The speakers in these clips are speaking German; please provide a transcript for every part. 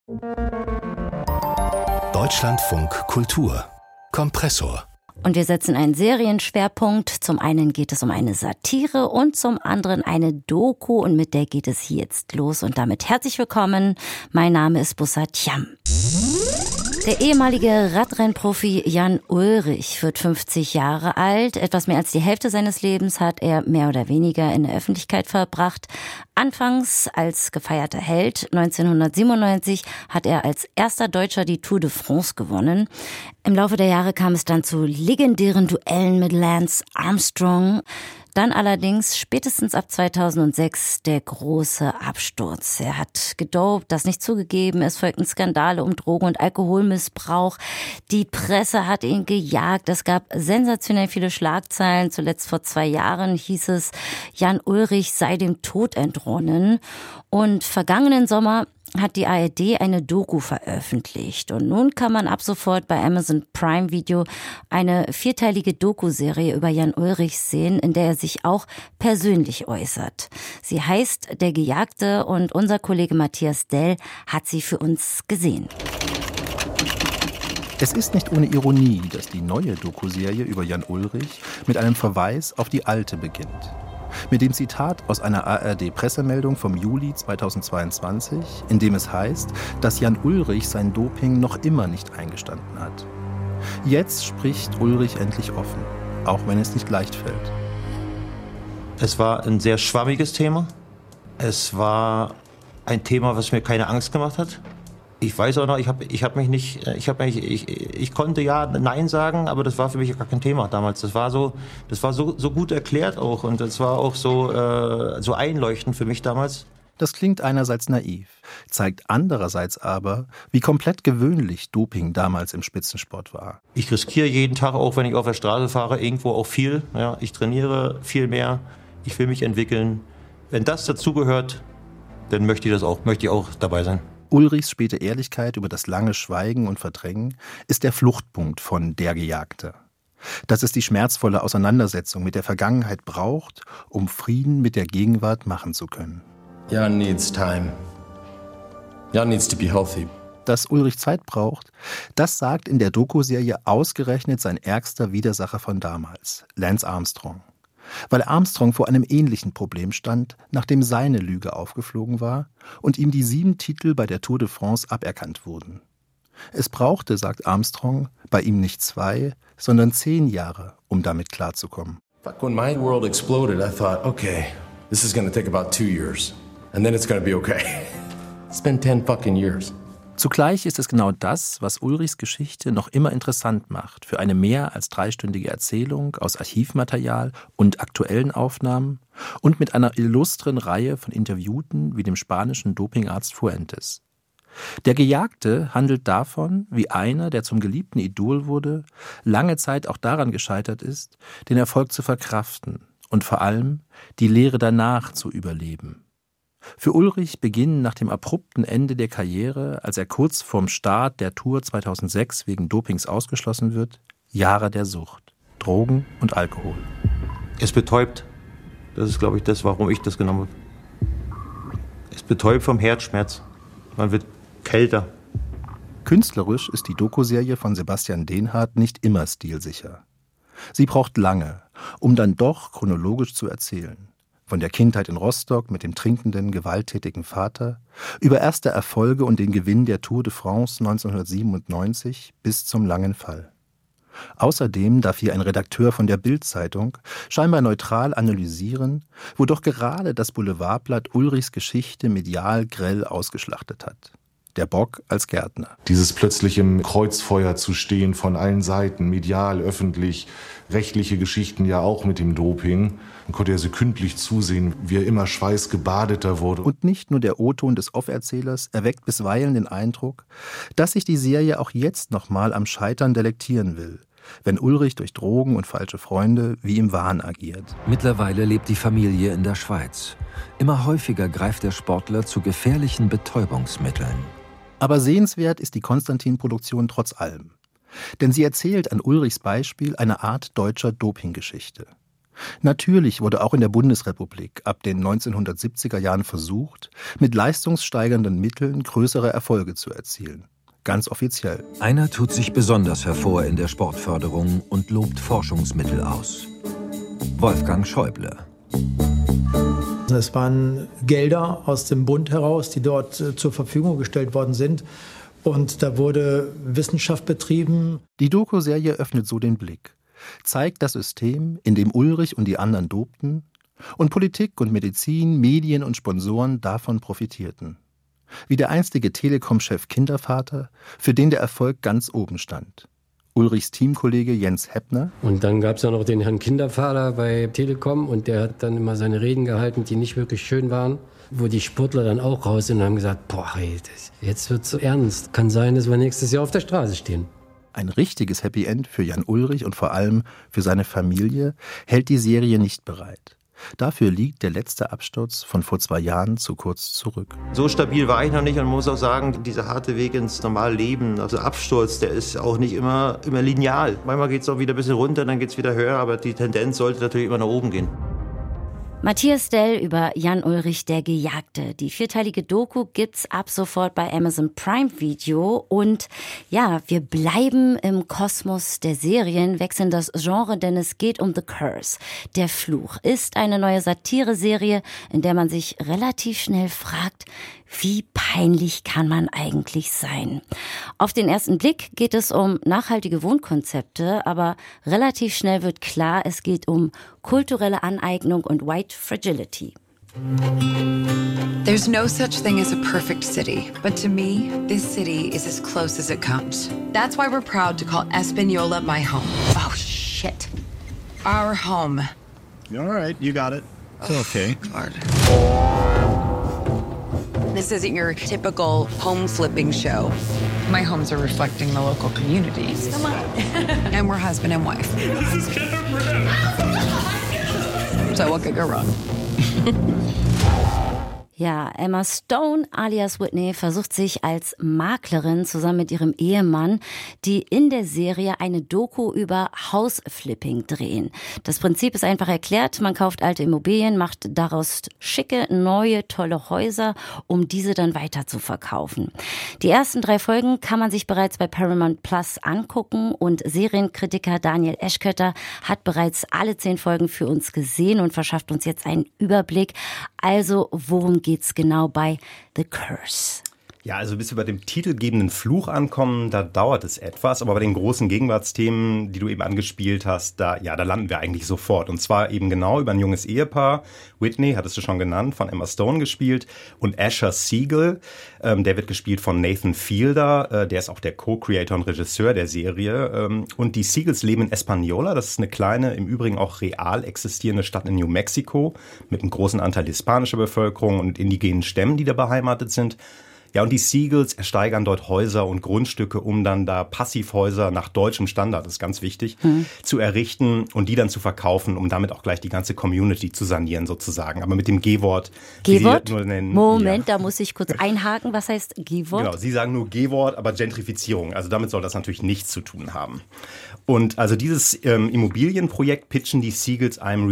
Deutschlandfunk Kultur Kompressor. Und wir setzen einen Serienschwerpunkt. Zum einen geht es um eine Satire und zum anderen eine Doku. Und mit der geht es hier jetzt los. Und damit herzlich willkommen. Mein Name ist Bussard Thiam. Der ehemalige Radrennprofi Jan Ullrich wird 50 Jahre alt. Etwas mehr als die Hälfte seines Lebens hat er mehr oder weniger in der Öffentlichkeit verbracht. Anfangs als gefeierter Held. 1997 hat er als erster Deutscher die Tour de France gewonnen. Im Laufe der Jahre kam es dann zu legendären Duellen mit Lance Armstrong. Dann allerdings spätestens ab 2006 der große Absturz. Er hat gedopt, das nicht zugegeben. Es folgten Skandale um Drogen- und Alkoholmissbrauch. Die Presse hat ihn gejagt. Es gab sensationell viele Schlagzeilen. Zuletzt vor 2 Jahren hieß es, Jan Ullrich sei dem Tod entronnen. Und vergangenen Sommer hat die ARD eine Doku veröffentlicht. Und nun kann man ab sofort bei Amazon Prime Video eine 4-teilige Doku-Serie über Jan Ullrich sehen, in der er sich auch persönlich äußert. Sie heißt Der Gejagte und unser Kollege Matthias Dell hat sie für uns gesehen. Es ist nicht ohne Ironie, dass die neue Doku-Serie über Jan Ullrich mit einem Verweis auf die alte beginnt. Mit dem Zitat aus einer ARD-Pressemeldung vom Juli 2022, in dem es heißt, dass Jan Ullrich sein Doping noch immer nicht eingestanden hat. Jetzt spricht Ullrich endlich offen, auch wenn es nicht leicht fällt. Es war ein sehr schwammiges Thema. Es war ein Thema, was mir keine Angst gemacht hat. Ich weiß auch noch, ich konnte ja Nein sagen, aber das war für mich gar kein Thema damals. Das war so gut erklärt auch und das war auch so einleuchtend für mich damals. Das klingt einerseits naiv, zeigt andererseits aber, wie komplett gewöhnlich Doping damals im Spitzensport war. Ich riskiere jeden Tag, auch wenn ich auf der Straße fahre, irgendwo auch viel. Ja, ich trainiere viel mehr, ich will mich entwickeln. Wenn das dazugehört, dann möchte ich auch dabei sein. Ullrichs späte Ehrlichkeit über das lange Schweigen und Verdrängen ist der Fluchtpunkt von Der Gejagte. Dass es die schmerzvolle Auseinandersetzung mit der Vergangenheit braucht, um Frieden mit der Gegenwart machen zu können. Jan needs time. Jan needs to be healthy. Dass Ullrich Zeit braucht, das sagt in der Doku-Serie ausgerechnet sein ärgster Widersacher von damals, Lance Armstrong. Weil Armstrong vor einem ähnlichen Problem stand, nachdem seine Lüge aufgeflogen war und ihm die 7 Titel bei der Tour de France aberkannt wurden. Es brauchte, sagt Armstrong, bei ihm nicht 2, sondern 10 Jahre, um damit klarzukommen. When my world exploded, I thought, okay, this is going to take about 2 years. And then it's going to be okay. It's been 10 fucking years. Zugleich ist es genau das, was Ullrichs Geschichte noch immer interessant macht für eine mehr als 3-stündige Erzählung aus Archivmaterial und aktuellen Aufnahmen und mit einer illustren Reihe von Interviewten wie dem spanischen Dopingarzt Fuentes. Der Gejagte handelt davon, wie einer, der zum geliebten Idol wurde, lange Zeit auch daran gescheitert ist, den Erfolg zu verkraften und vor allem die Lehre danach zu überleben. Für Ullrich beginnen nach dem abrupten Ende der Karriere, als er kurz vorm Start der Tour 2006 wegen Dopings ausgeschlossen wird, Jahre der Sucht, Drogen und Alkohol. Es betäubt. Das ist, glaube ich, das, warum ich das genommen habe. Es betäubt vom Herzschmerz. Man wird kälter. Künstlerisch ist die Doku-Serie von Sebastian Dehnhardt nicht immer stilsicher. Sie braucht lange, um dann doch chronologisch zu erzählen. Von der Kindheit in Rostock mit dem trinkenden, gewalttätigen Vater, über erste Erfolge und den Gewinn der Tour de France 1997 bis zum langen Fall. Außerdem darf hier ein Redakteur von der Bild-Zeitung scheinbar neutral analysieren, wo doch gerade das Boulevardblatt Ullrichs Geschichte medial grell ausgeschlachtet hat. Der Bock als Gärtner. Dieses plötzlich im Kreuzfeuer zu stehen von allen Seiten, medial, öffentlich, rechtliche Geschichten ja auch mit dem Doping. Man konnte ja sekündlich zusehen, wie er immer schweißgebadeter wurde. Und nicht nur der O-Ton des Off-Erzählers erweckt bisweilen den Eindruck, dass sich die Serie auch jetzt nochmal am Scheitern delektieren will, wenn Ullrich durch Drogen und falsche Freunde wie im Wahn agiert. Mittlerweile lebt die Familie in der Schweiz. Immer häufiger greift der Sportler zu gefährlichen Betäubungsmitteln. Aber sehenswert ist die Konstantin-Produktion trotz allem. Denn sie erzählt an Ullrichs Beispiel eine Art deutscher Dopinggeschichte. Natürlich wurde auch in der Bundesrepublik ab den 1970er Jahren versucht, mit leistungssteigernden Mitteln größere Erfolge zu erzielen. Ganz offiziell. Einer tut sich besonders hervor in der Sportförderung und lobt Forschungsmittel aus. Wolfgang Schäuble. Es waren Gelder aus dem Bund heraus, die dort zur Verfügung gestellt worden sind. Und da wurde Wissenschaft betrieben. Die Doku-Serie öffnet so den Blick, zeigt das System, in dem Ulrich und die anderen dopten und Politik und Medizin, Medien und Sponsoren davon profitierten. Wie der einstige Telekom-Chef Kindervater, für den der Erfolg ganz oben stand. Ulrichs Teamkollege Jens Heppner. Und dann gab es ja noch den Herrn Kindervater bei Telekom und der hat dann immer seine Reden gehalten, die nicht wirklich schön waren, wo die Sportler dann auch raus sind und haben gesagt, boah, hey, jetzt wird's so ernst. Kann sein, dass wir nächstes Jahr auf der Straße stehen. Ein richtiges Happy End für Jan Ulrich und vor allem für seine Familie hält die Serie nicht bereit. Dafür liegt der letzte Absturz von vor 2 Jahren zu kurz zurück. So stabil war ich noch nicht und man muss auch sagen, dieser harte Weg ins normale Leben, also Absturz, der ist auch nicht immer lineal. Manchmal geht es auch wieder ein bisschen runter, dann geht es wieder höher, aber die Tendenz sollte natürlich immer nach oben gehen. Matthias Dell über Jan Ulrich, der Gejagte. Die 4-teilige Doku gibt's ab sofort bei Amazon Prime Video. Und ja, wir bleiben im Kosmos der Serien, wechseln das Genre, denn es geht um The Curse. Der Fluch ist eine neue Satire-Serie, in der man sich relativ schnell fragt, wie peinlich kann man eigentlich sein? Auf den ersten Blick geht es um nachhaltige Wohnkonzepte, aber relativ schnell wird klar, es geht um kulturelle Aneignung und White Fragility. There's no such thing as a perfect city, but to me, this city is as close as it comes. That's why we're proud to call Espanola my home. Oh, shit. Our home. All right, you got it. It's okay. God. This isn't your typical home flipping show. My homes are reflecting the local communities. Come on. And we're husband and wife. This is kind of rad. So what could go wrong? Ja, Emma Stone alias Whitney versucht sich als Maklerin zusammen mit ihrem Ehemann, die in der Serie eine Doku über Houseflipping drehen. Das Prinzip ist einfach erklärt, man kauft alte Immobilien, macht daraus schicke, neue, tolle Häuser, um diese dann weiter zu verkaufen. Die ersten 3 Folgen kann man sich bereits bei Paramount Plus angucken und Serienkritiker Daniel Eschkötter hat bereits alle 10 Folgen für uns gesehen und verschafft uns jetzt einen Überblick. Also, worum geht's genau bei The Curse? Ja, also bis wir bei dem titelgebenden Fluch ankommen, da dauert es etwas. Aber bei den großen Gegenwartsthemen, die du eben angespielt hast, da landen wir eigentlich sofort. Und zwar eben genau über ein junges Ehepaar. Whitney, hattest du schon genannt, von Emma Stone gespielt. Und Asher Siegel, der wird gespielt von Nathan Fielder. Der ist auch der Co-Creator und Regisseur der Serie. Und die Siegels leben in Espanola. Das ist eine kleine, im Übrigen auch real existierende Stadt in New Mexico. Mit einem großen Anteil hispanischer Bevölkerung und indigenen Stämmen, die da beheimatet sind. Ja, und die Siegels ersteigern dort Häuser und Grundstücke, um dann da Passivhäuser nach deutschem Standard, das ist ganz wichtig, zu errichten und die dann zu verkaufen, um damit auch gleich die ganze Community zu sanieren sozusagen. Aber mit dem G-Wort. G-Wort? Nur nennen, Moment, ja. Da muss ich kurz einhaken. Was heißt G-Wort? Genau, Sie sagen nur G-Wort, aber Gentrifizierung. Also damit soll das natürlich nichts zu tun haben. Und also dieses Immobilienprojekt pitchen die Siegels einem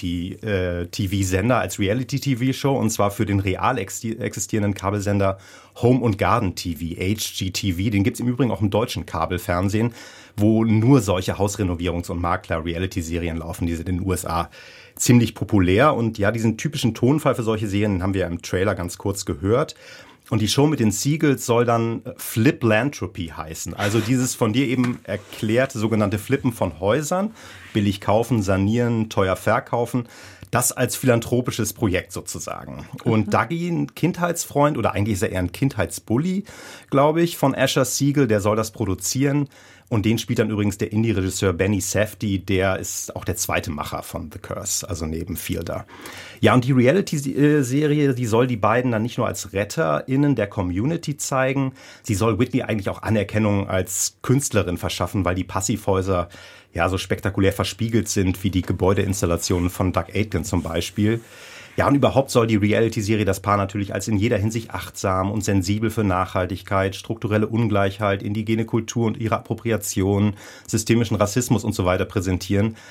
Reality-TV-Sender als Reality-TV-Show und zwar für den real existierenden Kabelsender Home und Garden TV, HGTV. Den gibt's im Übrigen auch im deutschen Kabelfernsehen, wo nur solche Hausrenovierungs- und Makler-Reality-Serien laufen. Die sind in den USA ziemlich populär. Und ja, diesen typischen Tonfall für solche Serien haben wir im Trailer ganz kurz gehört. Und die Show mit den Siegels soll dann Fliplanthropy heißen. Also dieses von dir eben erklärte sogenannte Flippen von Häusern. Billig kaufen, sanieren, teuer verkaufen. Das als philanthropisches Projekt sozusagen. Und Dougie, ein Kindheitsfreund, oder eigentlich ist er eher ein Kindheitsbully, glaube ich, von Asher Siegel, der soll das produzieren. Und den spielt dann übrigens der Indie-Regisseur Benny Safdie, der ist auch der zweite Macher von The Curse, also neben Fielder. Ja, und die Reality-Serie, die soll die beiden dann nicht nur als RetterInnen der Community zeigen, sie soll Whitney eigentlich auch Anerkennung als Künstlerin verschaffen, weil die Passivhäuser ja so spektakulär verspiegelt sind wie die Gebäudeinstallationen von Doug Aitken zum Beispiel. Ja, und überhaupt soll die Reality-Serie das Paar natürlich als in jeder Hinsicht achtsam und sensibel für Nachhaltigkeit, strukturelle Ungleichheit, indigene Kultur und ihre Appropriation, systemischen Rassismus und so weiter präsentieren.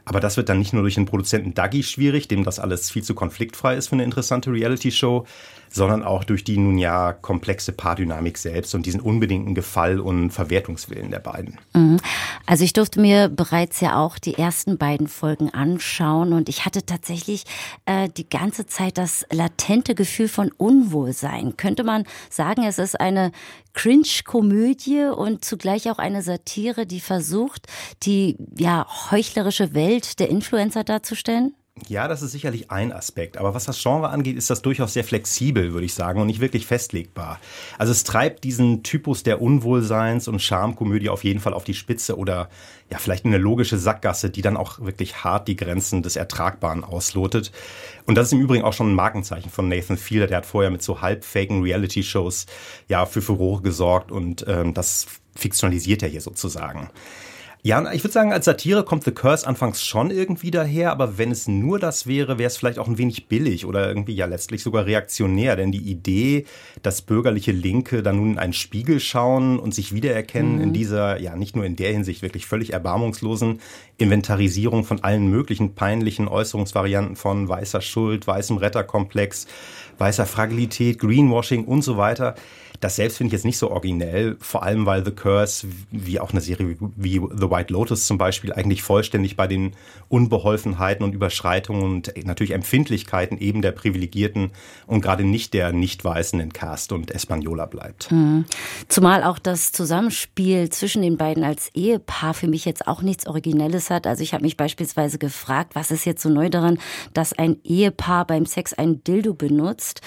Aber das wird dann nicht nur durch den Produzenten Dougie schwierig, dem das alles viel zu konfliktfrei ist für eine interessante Reality-Show, sondern auch durch die nun ja komplexe Paardynamik selbst und diesen unbedingten Gefall und Verwertungswillen der beiden. Also ich durfte mir bereits ja auch die ersten beiden Folgen anschauen und ich hatte tatsächlich die ganze Zeit das latente Gefühl von Unwohlsein. Könnte man sagen, es ist eine Cringe-Komödie und zugleich auch eine Satire, die versucht, die heuchlerische Welt der Influencer darzustellen? Ja, das ist sicherlich ein Aspekt. Aber was das Genre angeht, ist das durchaus sehr flexibel, würde ich sagen, und nicht wirklich festlegbar. Also es treibt diesen Typus der Unwohlseins- und Charmekomödie auf jeden Fall auf die Spitze oder ja vielleicht eine logische Sackgasse, die dann auch wirklich hart die Grenzen des Ertragbaren auslotet. Und das ist im Übrigen auch schon ein Markenzeichen von Nathan Fielder. Der hat vorher mit so halbfaken Reality-Shows ja für Furore gesorgt und das fiktionalisiert er hier sozusagen. Ja, ich würde sagen, als Satire kommt The Curse anfangs schon irgendwie daher, aber wenn es nur das wäre, wäre es vielleicht auch ein wenig billig oder irgendwie ja letztlich sogar reaktionär, denn die Idee, dass bürgerliche Linke dann nun in einen Spiegel schauen und sich wiedererkennen in dieser, ja nicht nur in der Hinsicht wirklich völlig erbarmungslosen Inventarisierung von allen möglichen peinlichen Äußerungsvarianten von weißer Schuld, weißem Retterkomplex, weißer Fragilität, Greenwashing und so weiter. Das selbst finde ich jetzt nicht so originell, vor allem weil The Curse, wie auch eine Serie wie The White Lotus zum Beispiel, eigentlich vollständig bei den Unbeholfenheiten und Überschreitungen und natürlich Empfindlichkeiten eben der Privilegierten und gerade nicht der Nicht-Weißen in Cast und Espanola bleibt. Zumal auch das Zusammenspiel zwischen den beiden als Ehepaar für mich jetzt auch nichts Originelles hat. Also ich habe mich beispielsweise gefragt, was ist jetzt so neu daran, dass ein Ehepaar beim Sex ein Dildo benutzt.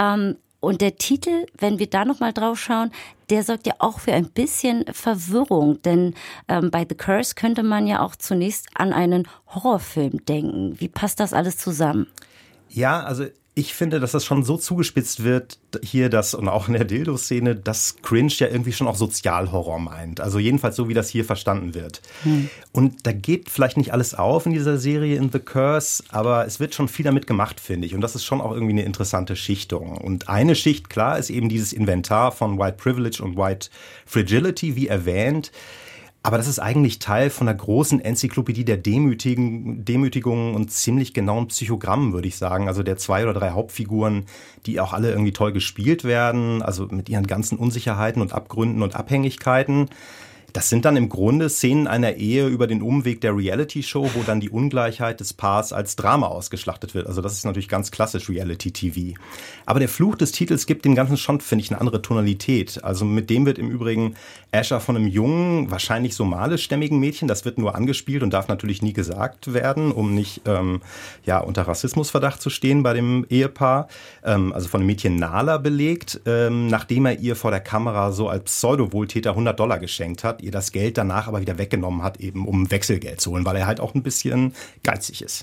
Und der Titel, wenn wir da nochmal drauf schauen, der sorgt ja auch für ein bisschen Verwirrung. Denn bei The Curse könnte man ja auch zunächst an einen Horrorfilm denken. Wie passt das alles zusammen? Ja, also ich finde, dass das schon so zugespitzt wird hier, dass und auch in der Dildo-Szene, dass Cringe ja irgendwie schon auch Sozialhorror meint. Also jedenfalls so, wie das hier verstanden wird. Und da geht vielleicht nicht alles auf in dieser Serie in The Curse, aber es wird schon viel damit gemacht, finde ich. Und das ist schon auch irgendwie eine interessante Schichtung. Und eine Schicht, klar, ist eben dieses Inventar von White Privilege und White Fragility, wie erwähnt. Aber das ist eigentlich Teil von einer großen Enzyklopädie der Demütigungen und ziemlich genauen Psychogrammen, würde ich sagen. Also der 2 oder 3 Hauptfiguren, die auch alle irgendwie toll gespielt werden, also mit ihren ganzen Unsicherheiten und Abgründen und Abhängigkeiten. Das sind dann im Grunde Szenen einer Ehe über den Umweg der Reality-Show, wo dann die Ungleichheit des Paars als Drama ausgeschlachtet wird. Also das ist natürlich ganz klassisch Reality-TV. Aber der Fluch des Titels gibt dem Ganzen schon, finde ich, eine andere Tonalität. Also mit dem wird im Übrigen Asher von einem jungen, wahrscheinlich somalischstämmigen Mädchen, das wird nur angespielt und darf natürlich nie gesagt werden, um nicht unter Rassismusverdacht zu stehen bei dem Ehepaar. Also von dem Mädchen Nala belegt, nachdem er ihr vor der Kamera so als Pseudo-Wohltäter $100 geschenkt hat, ihr das Geld danach aber wieder weggenommen hat, eben um Wechselgeld zu holen, weil er halt auch ein bisschen geizig ist.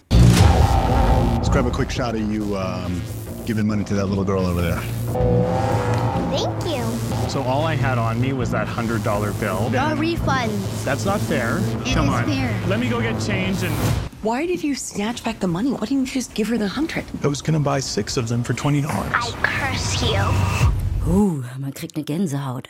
Let's grab a quick shot of you giving money to that little girl over there. Thank you. So all I had on me was that $100 bill. Refunds. That's not fair. Come on. Fair. Let me go get change and... Why did you snatch back the money? Why didn't you just give her the 100? I was gonna buy 6 of them for $20. I curse you. Man kriegt eine Gänsehaut.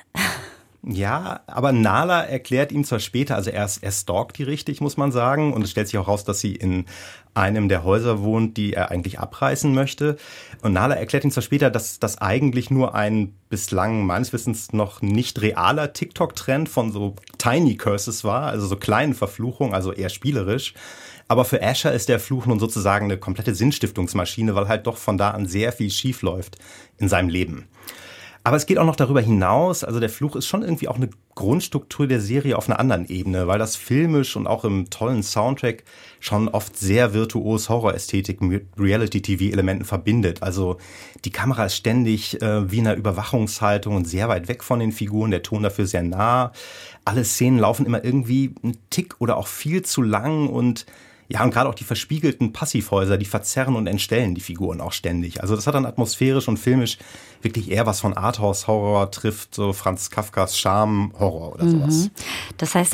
Ja, aber Nala erklärt ihm zwar später, also er stalkt die richtig, muss man sagen, und es stellt sich auch raus, dass sie in einem der Häuser wohnt, die er eigentlich abreißen möchte. Und Nala erklärt ihm zwar später, dass das eigentlich nur ein bislang meines Wissens noch nicht realer TikTok-Trend von so Tiny Curses war, also so kleinen Verfluchungen, also eher spielerisch. Aber für Asher ist der Fluch nun sozusagen eine komplette Sinnstiftungsmaschine, weil halt doch von da an sehr viel schief läuft in seinem Leben. Aber es geht auch noch darüber hinaus, also der Fluch ist schon irgendwie auch eine Grundstruktur der Serie auf einer anderen Ebene, weil das filmisch und auch im tollen Soundtrack schon oft sehr virtuos Horrorästhetik mit Reality-TV-Elementen verbindet. Also die Kamera ist ständig wie in einer Überwachungshaltung und sehr weit weg von den Figuren, der Ton dafür sehr nah. Alle Szenen laufen immer irgendwie einen Tick oder auch viel zu lang und gerade auch die verspiegelten Passivhäuser, die verzerren und entstellen die Figuren auch ständig. Also das hat dann atmosphärisch und filmisch wirklich eher was von Arthouse-Horror trifft, so Franz Kafkas Charme-Horror oder sowas. Das heißt, das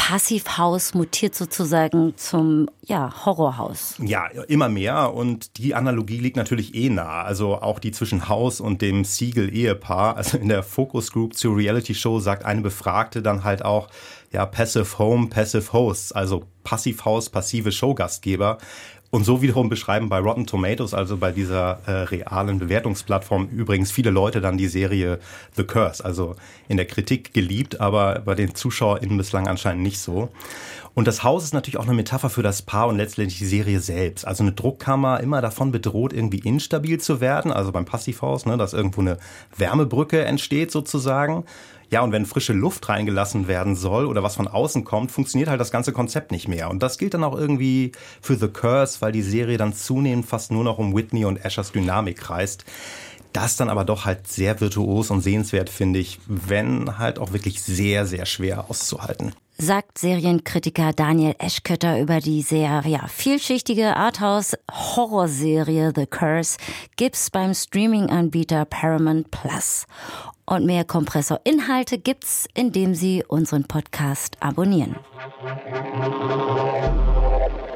Passivhaus mutiert sozusagen zum Horrorhaus. Ja, immer mehr und die Analogie liegt natürlich nah. Also auch die zwischen Haus und dem Siegel-Ehepaar. Also in der Focus Group zur Reality-Show sagt eine Befragte dann halt auch, Passive Home, Passive Hosts, also Passivhaus, passive Showgastgeber. Und so wiederum beschreiben bei Rotten Tomatoes, also bei dieser realen Bewertungsplattform, übrigens viele Leute dann die Serie The Curse. Also in der Kritik geliebt, aber bei den ZuschauerInnen bislang anscheinend nicht so. Und das Haus ist natürlich auch eine Metapher für das Paar und letztendlich die Serie selbst. Also eine Druckkammer immer davon bedroht, irgendwie instabil zu werden. Also beim Passivhaus, dass irgendwo eine Wärmebrücke entsteht sozusagen. Ja, und wenn frische Luft reingelassen werden soll oder was von außen kommt, funktioniert halt das ganze Konzept nicht mehr. Und das gilt dann auch irgendwie für The Curse, weil die Serie dann zunehmend fast nur noch um Whitney und Ashers Dynamik kreist. Das dann aber doch halt sehr virtuos und sehenswert, finde ich, wenn halt auch wirklich sehr, sehr schwer auszuhalten. Sagt Serienkritiker Daniel Eschkötter über die sehr vielschichtige Arthouse-Horrorserie The Curse, gibt's beim Streaming-Anbieter Paramount Plus. Und mehr Kompressor-Inhalte gibt's, indem Sie unseren Podcast abonnieren.